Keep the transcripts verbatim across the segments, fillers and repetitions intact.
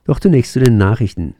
Doch zunächst zu den Nachrichten.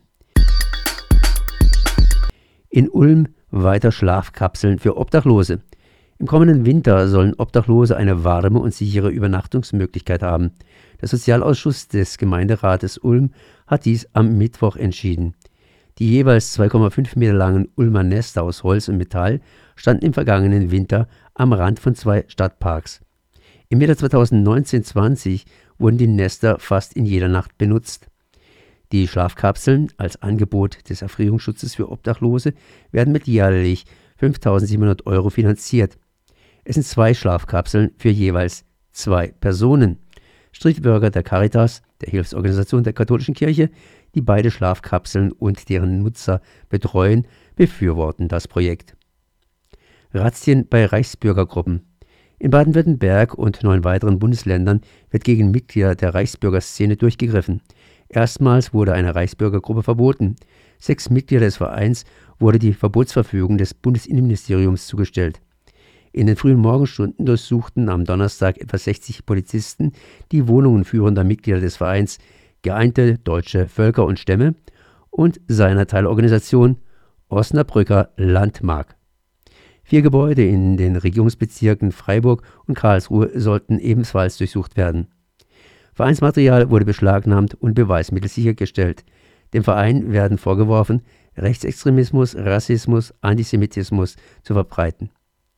In Ulm weiter Schlafkapseln für Obdachlose. Im kommenden Winter sollen Obdachlose eine warme und sichere Übernachtungsmöglichkeit haben. Der Sozialausschuss des Gemeinderates Ulm hat dies am Mittwoch entschieden. Die jeweils zwei Komma fünf Meter langen Ulmer Nester aus Holz und Metall standen im vergangenen Winter am Rand von zwei Stadtparks. Im Winter zweitausendneunzehn zwanzig wurden die Nester fast in jeder Nacht benutzt. Die Schlafkapseln als Angebot des Erfrierungsschutzes für Obdachlose werden mit jährlich fünftausendsiebenhundert Euro finanziert. Es sind zwei Schlafkapseln für jeweils zwei Personen. Streetworker der Caritas, der Hilfsorganisation der katholischen Kirche, die beide Schlafkapseln und deren Nutzer betreuen, befürworten das Projekt. Razzien bei Reichsbürgergruppen. In Baden-Württemberg und neun weiteren Bundesländern wird gegen Mitglieder der Reichsbürgerszene durchgegriffen. Erstmals wurde eine Reichsbürgergruppe verboten. Sechs Mitglieder des Vereins wurde die Verbotsverfügung des Bundesinnenministeriums zugestellt. In den frühen Morgenstunden durchsuchten am Donnerstag etwa sechzig Polizisten die Wohnungen führender Mitglieder des Vereins Geeinte Deutsche Völker und Stämme und seiner Teilorganisation Osnabrücker Landmark. Vier Gebäude in den Regierungsbezirken Freiburg und Karlsruhe sollten ebenfalls durchsucht werden. Vereinsmaterial wurde beschlagnahmt und Beweismittel sichergestellt. Dem Verein werden vorgeworfen, Rechtsextremismus, Rassismus, Antisemitismus zu verbreiten.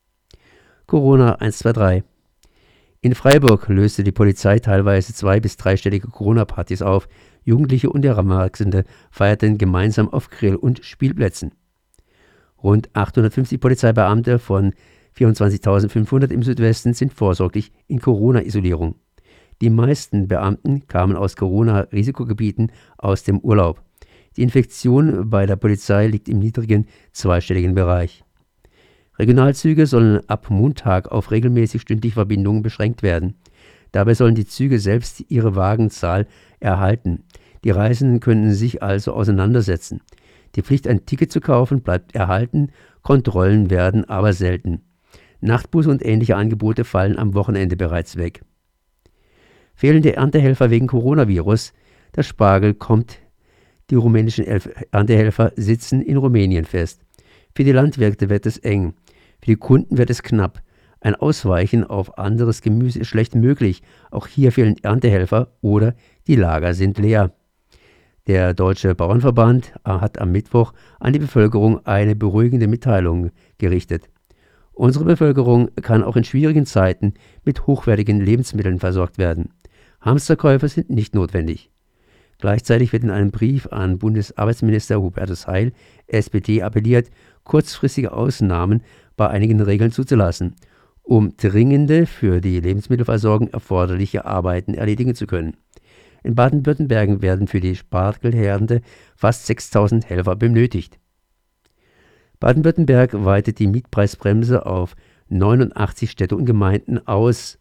Corona eins zwei drei. In Freiburg löste die Polizei teilweise zwei- bis dreistellige Corona-Partys auf. Jugendliche und Erwachsene feierten gemeinsam auf Grill- und Spielplätzen. Rund achthundertfünfzig Polizeibeamte von vierundzwanzigtausendfünfhundert im Südwesten sind vorsorglich in Corona-Isolierung. Die meisten Beamten kamen aus Corona-Risikogebieten aus dem Urlaub. Die Infektion bei der Polizei liegt im niedrigen zweistelligen Bereich. Regionalzüge sollen ab Montag auf regelmäßig stündliche Verbindungen beschränkt werden. Dabei sollen die Züge selbst ihre Wagenzahl erhalten. Die Reisenden können sich also auseinandersetzen. Die Pflicht, ein Ticket zu kaufen, bleibt erhalten, Kontrollen werden aber selten. Nachtbusse und ähnliche Angebote fallen am Wochenende bereits weg. Fehlende Erntehelfer wegen Coronavirus. Der Spargel kommt. Die rumänischen Erntehelfer sitzen in Rumänien fest. Für die Landwirte wird es eng. Für die Kunden wird es knapp. Ein Ausweichen auf anderes Gemüse ist schlecht möglich. Auch hier fehlen Erntehelfer oder die Lager sind leer. Der Deutsche Bauernverband hat am Mittwoch an die Bevölkerung eine beruhigende Mitteilung gerichtet. Unsere Bevölkerung kann auch in schwierigen Zeiten mit hochwertigen Lebensmitteln versorgt werden. Hamsterkäufe sind nicht notwendig. Gleichzeitig wird in einem Brief an Bundesarbeitsminister Hubertus Heil, S P D, appelliert, kurzfristige Ausnahmen bei einigen Regeln zuzulassen, um dringende, für die Lebensmittelversorgung erforderliche Arbeiten erledigen zu können. In Baden-Württemberg werden für die Spargelernte fast sechstausend Helfer benötigt. Baden-Württemberg weitet die Mietpreisbremse auf neunundachtzig Städte und Gemeinden aus.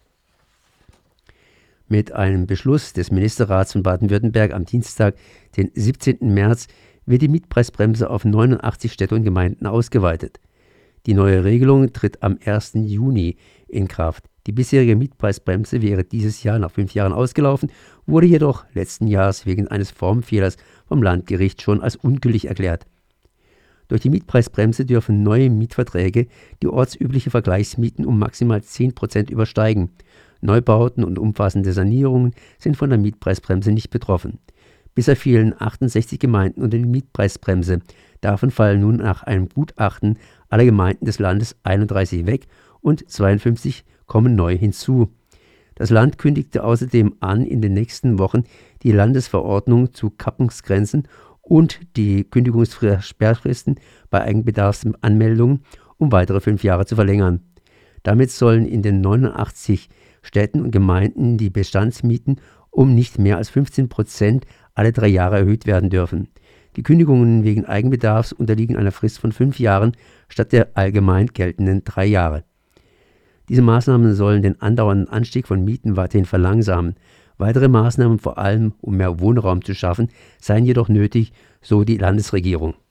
Mit einem Beschluss des Ministerrats von Baden-Württemberg am Dienstag, den siebzehnten März, wird die Mietpreisbremse auf neunundachtzig Städte und Gemeinden ausgeweitet. Die neue Regelung tritt am ersten Juni in Kraft. Die bisherige Mietpreisbremse wäre dieses Jahr nach fünf Jahren ausgelaufen, wurde jedoch letzten Jahres wegen eines Formfehlers vom Landgericht schon als ungültig erklärt. Durch die Mietpreisbremse dürfen neue Mietverträge die ortsübliche Vergleichsmieten um maximal zehn Prozent übersteigen. Neubauten und umfassende Sanierungen sind von der Mietpreisbremse nicht betroffen. Bisher fielen achtundsechzig Gemeinden unter die Mietpreisbremse. Davon fallen nun nach einem Gutachten aller Gemeinden des Landes einunddreißig weg und zweiundfünfzig kommen neu hinzu. Das Land kündigte außerdem an, in den nächsten Wochen die Landesverordnung zu Kappungsgrenzen und die Kündigungssperrfristen bei Eigenbedarfsanmeldungen um weitere fünf Jahre zu verlängern. Damit sollen in den neunundachtzig Städten und Gemeinden die Bestandsmieten um nicht mehr als fünfzehn Prozent alle drei Jahre erhöht werden dürfen. Die Kündigungen wegen Eigenbedarfs unterliegen einer Frist von fünf Jahren statt der allgemein geltenden drei Jahre. Diese Maßnahmen sollen den andauernden Anstieg von Mieten weiterhin verlangsamen. Weitere Maßnahmen, vor allem um mehr Wohnraum zu schaffen, seien jedoch nötig, so die Landesregierung.